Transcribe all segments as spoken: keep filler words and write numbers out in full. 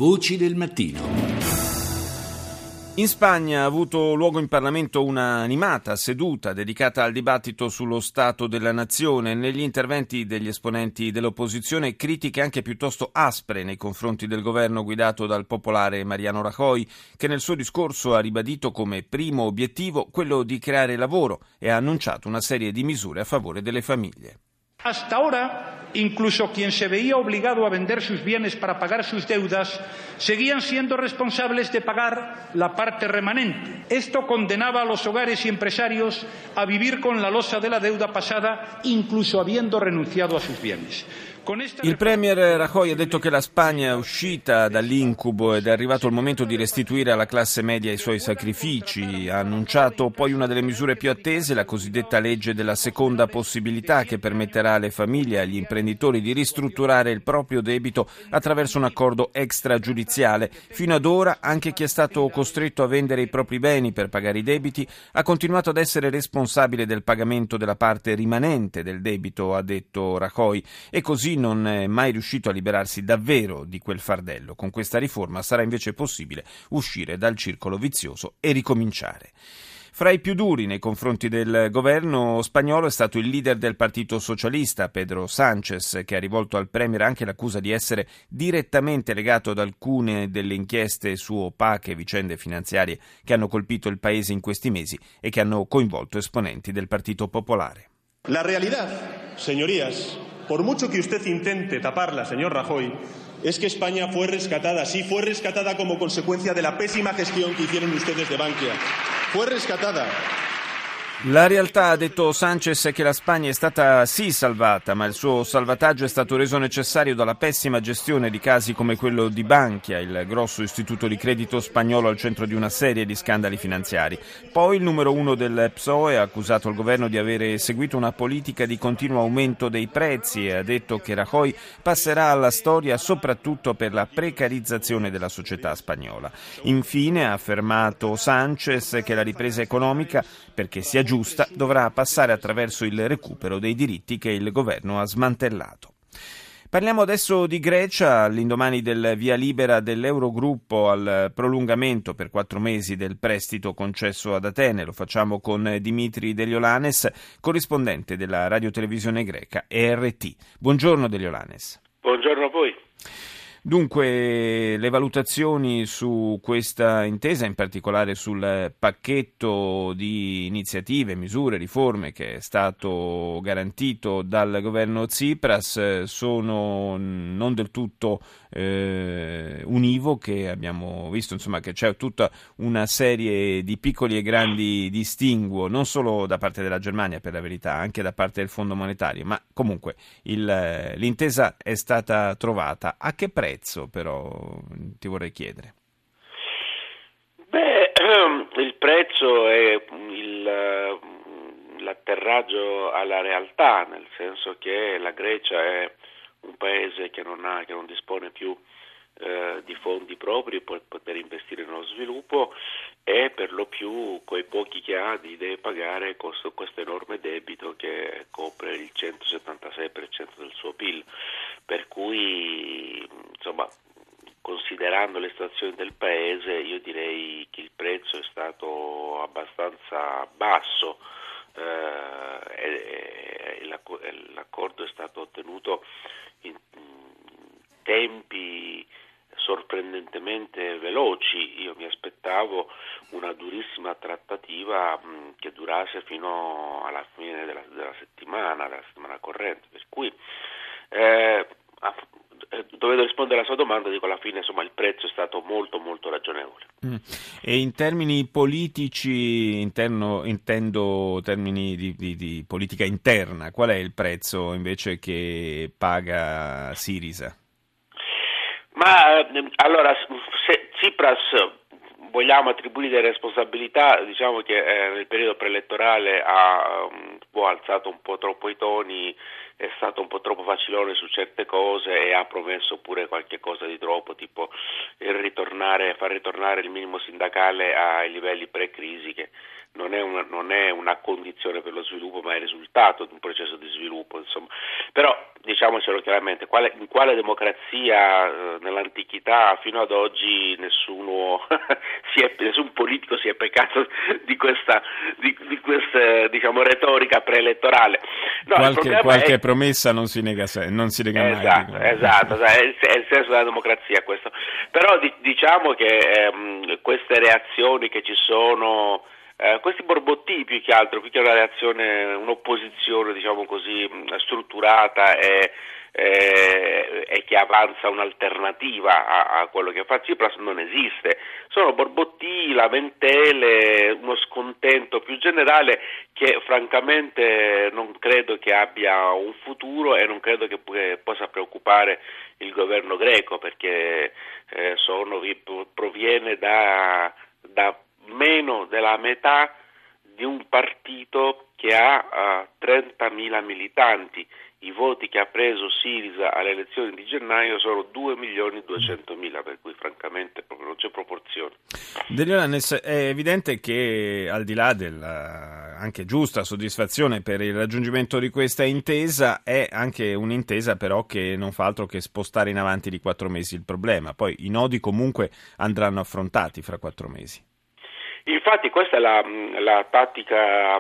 Voci del mattino. In Spagna ha avuto luogo in Parlamento una animata seduta dedicata al dibattito sullo stato della nazione. Negli interventi degli esponenti dell'opposizione, critiche anche piuttosto aspre nei confronti del governo guidato dal popolare Mariano Rajoy, che nel suo discorso ha ribadito come primo obiettivo quello di creare lavoro e ha annunciato una serie di misure a favore delle famiglie. Hasta ahora, incluso quien se veía obligado a vender sus bienes para pagar sus deudas, seguían siendo responsables de pagar la parte remanente. Esto condenaba a los hogares y empresarios a vivir con la losa de la deuda pasada, incluso habiendo renunciado a sus bienes. Il premier Rajoy ha detto che la Spagna è uscita dall'incubo ed è arrivato il momento di restituire alla classe media i suoi sacrifici. Ha annunciato poi una delle misure più attese, la cosiddetta legge della seconda possibilità, che permetterà alle famiglie e agli imprenditori di ristrutturare il proprio debito attraverso un accordo extragiudiziale. Fino ad ora anche chi è stato costretto a vendere i propri beni per pagare i debiti ha continuato ad essere responsabile del pagamento della parte rimanente del debito, ha detto Rajoy, e così non è mai riuscito a liberarsi davvero di quel fardello. Con questa riforma sarà invece possibile uscire dal circolo vizioso e ricominciare. Fra i più duri nei confronti del governo spagnolo è stato il leader del Partito Socialista, Pedro Sánchez, che ha rivolto al premier anche l'accusa di essere direttamente legato ad alcune delle inchieste su opache vicende finanziarie che hanno colpito il paese in questi mesi e che hanno coinvolto esponenti del Partito Popolare. La realidad, señorías, por mucho que usted intente taparla, señor Rajoy, es que España fue rescatada, sí, fue rescatada como consecuencia de la pésima gestión que hicieron ustedes de Bankia. Fue rescatada. La realtà, ha detto Sánchez, è che la Spagna è stata sì salvata, ma il suo salvataggio è stato reso necessario dalla pessima gestione di casi come quello di Bankia, il grosso istituto di credito spagnolo al centro di una serie di scandali finanziari. Poi il numero uno del P S O E ha accusato il governo di avere seguito una politica di continuo aumento dei prezzi e ha detto che Rajoy passerà alla storia soprattutto per la precarizzazione della società spagnola. Infine ha affermato Sánchez che la ripresa economica, perché sia giusta, dovrà passare attraverso il recupero dei diritti che il governo ha smantellato. Parliamo adesso di Grecia, all'indomani del via libera dell'Eurogruppo al prolungamento per quattro mesi del prestito concesso ad Atene. Lo facciamo con Dimitri Deliolannes, corrispondente della radiotelevisione greca E R T. Buongiorno Deliolannes. Buongiorno a voi. Dunque, le valutazioni su questa intesa, in particolare sul pacchetto di iniziative, misure, riforme che è stato garantito dal governo Tsipras, sono non del tutto eh, univoche. Abbiamo visto insomma che c'è tutta una serie di piccoli e grandi distinguo, non solo da parte della Germania, per la verità, anche da parte del Fondo Monetario, ma comunque il, l'intesa è stata trovata. A che prezzo? Però ti vorrei chiedere. Beh, il prezzo è il, l'atterraggio alla realtà, nel senso che la Grecia è un paese che non ha, che non dispone più eh, di fondi propri per poter investire nello sviluppo e per lo più coi pochi che ha deve pagare questo, questo enorme debito che copre il centosettantasei per cento del suo P I L, per cui insomma, considerando le situazioni del paese, io direi che il prezzo è stato abbastanza basso eh, e, e l'accordo è stato ottenuto in tempi sorprendentemente veloci. Io mi aspettavo una durissima trattativa mh, che durasse fino alla fine della, della settimana, della settimana corrente, per cui eh, dovendo rispondere alla sua domanda, dico alla fine insomma il prezzo è stato molto molto ragionevole. Mm. E in termini politici, interno, intendo termini di, di, di politica interna, qual è il prezzo invece che paga Syriza? Ma allora, se Tsipras vogliamo attribuire responsabilità, diciamo che eh, nel periodo preelettorale ha un po' alzato un po' troppo i toni, è stato un po' troppo facilone su certe cose e ha promesso pure qualche cosa di troppo, tipo il ritornare, far ritornare il minimo sindacale ai livelli pre-crisi, che non è una, non è una condizione per lo sviluppo, ma è il risultato di un processo di sviluppo, insomma. Però diciamocelo chiaramente, quale, in quale democrazia eh, nell'antichità fino ad oggi nessuno si è, nessun politico si è peccato di questa di, di questa diciamo retorica preelettorale. No, qualche qualche è... promessa non si nega, non si nega esatto, mai. Esatto, è il, è il senso della democrazia questo. Però di, diciamo che ehm, queste reazioni che ci sono, eh, questi borbotti più che altro, più che una reazione, un'opposizione diciamo così strutturata e, e, e che avanza un'alternativa a, a quello che fa Tsipras non esiste. Sono borbotti, lamentele, uno scontento più generale che francamente non credo che abbia un futuro e non credo che possa preoccupare il governo greco, perché eh, sono, proviene da, da meno della metà di un partito che ha uh, trentamila militanti. I voti che ha preso Syriza alle elezioni di gennaio sono due milioni duecentomila, per cui francamente proprio non c'è proporzione. De Ioannis, è evidente che al di là della anche giusta soddisfazione per il raggiungimento di questa intesa, è anche un'intesa però che non fa altro che spostare in avanti di quattro mesi il problema. Poi i nodi comunque andranno affrontati fra quattro mesi. Infatti questa è la, la tattica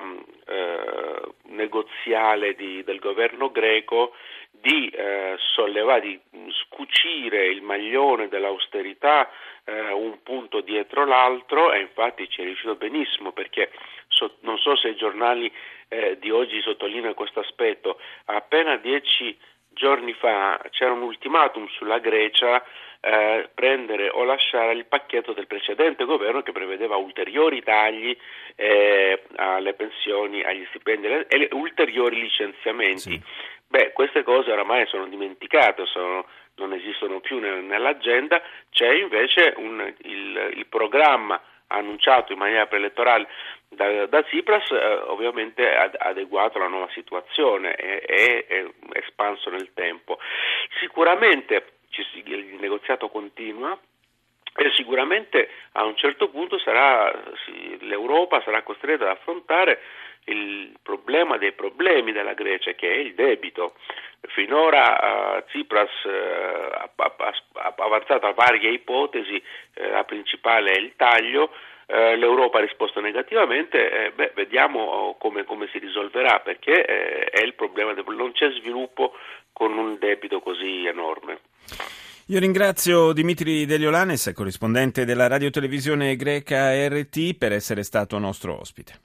eh, negoziale di, del governo greco di eh, sollevare, di scucire il maglione dell'austerità eh, un punto dietro l'altro, e infatti ci è riuscito benissimo, perché so, non so se i giornali eh, di oggi sottolineano questo aspetto. Appena dieci giorni fa c'era un ultimatum sulla Grecia, Eh, prendere o lasciare il pacchetto del precedente governo che prevedeva ulteriori tagli eh, alle pensioni, agli stipendi e ulteriori licenziamenti. Sì. Beh, queste cose oramai sono dimenticate, sono, non esistono più nell'agenda. C'è invece un, il, il programma annunciato in maniera preelettorale da, da Tsipras, eh, ovviamente ad, adeguato alla nuova situazione e, e, e espanso nel tempo. Sicuramente il negoziato continua e sicuramente a un certo punto sarà, sì, l'Europa sarà costretta ad affrontare il problema dei problemi della Grecia, che è il debito. Finora uh, Tsipras uh, ha, ha, ha avanzato varie ipotesi, uh, la principale è il taglio. Uh, L'Europa ha risposto negativamente, eh, beh, vediamo come, come si risolverà, perché eh, è il problema, del, non c'è sviluppo con un debito così enorme. Io ringrazio Dimitri De Ioannis, corrispondente della radiotelevisione greca R T, per essere stato nostro ospite.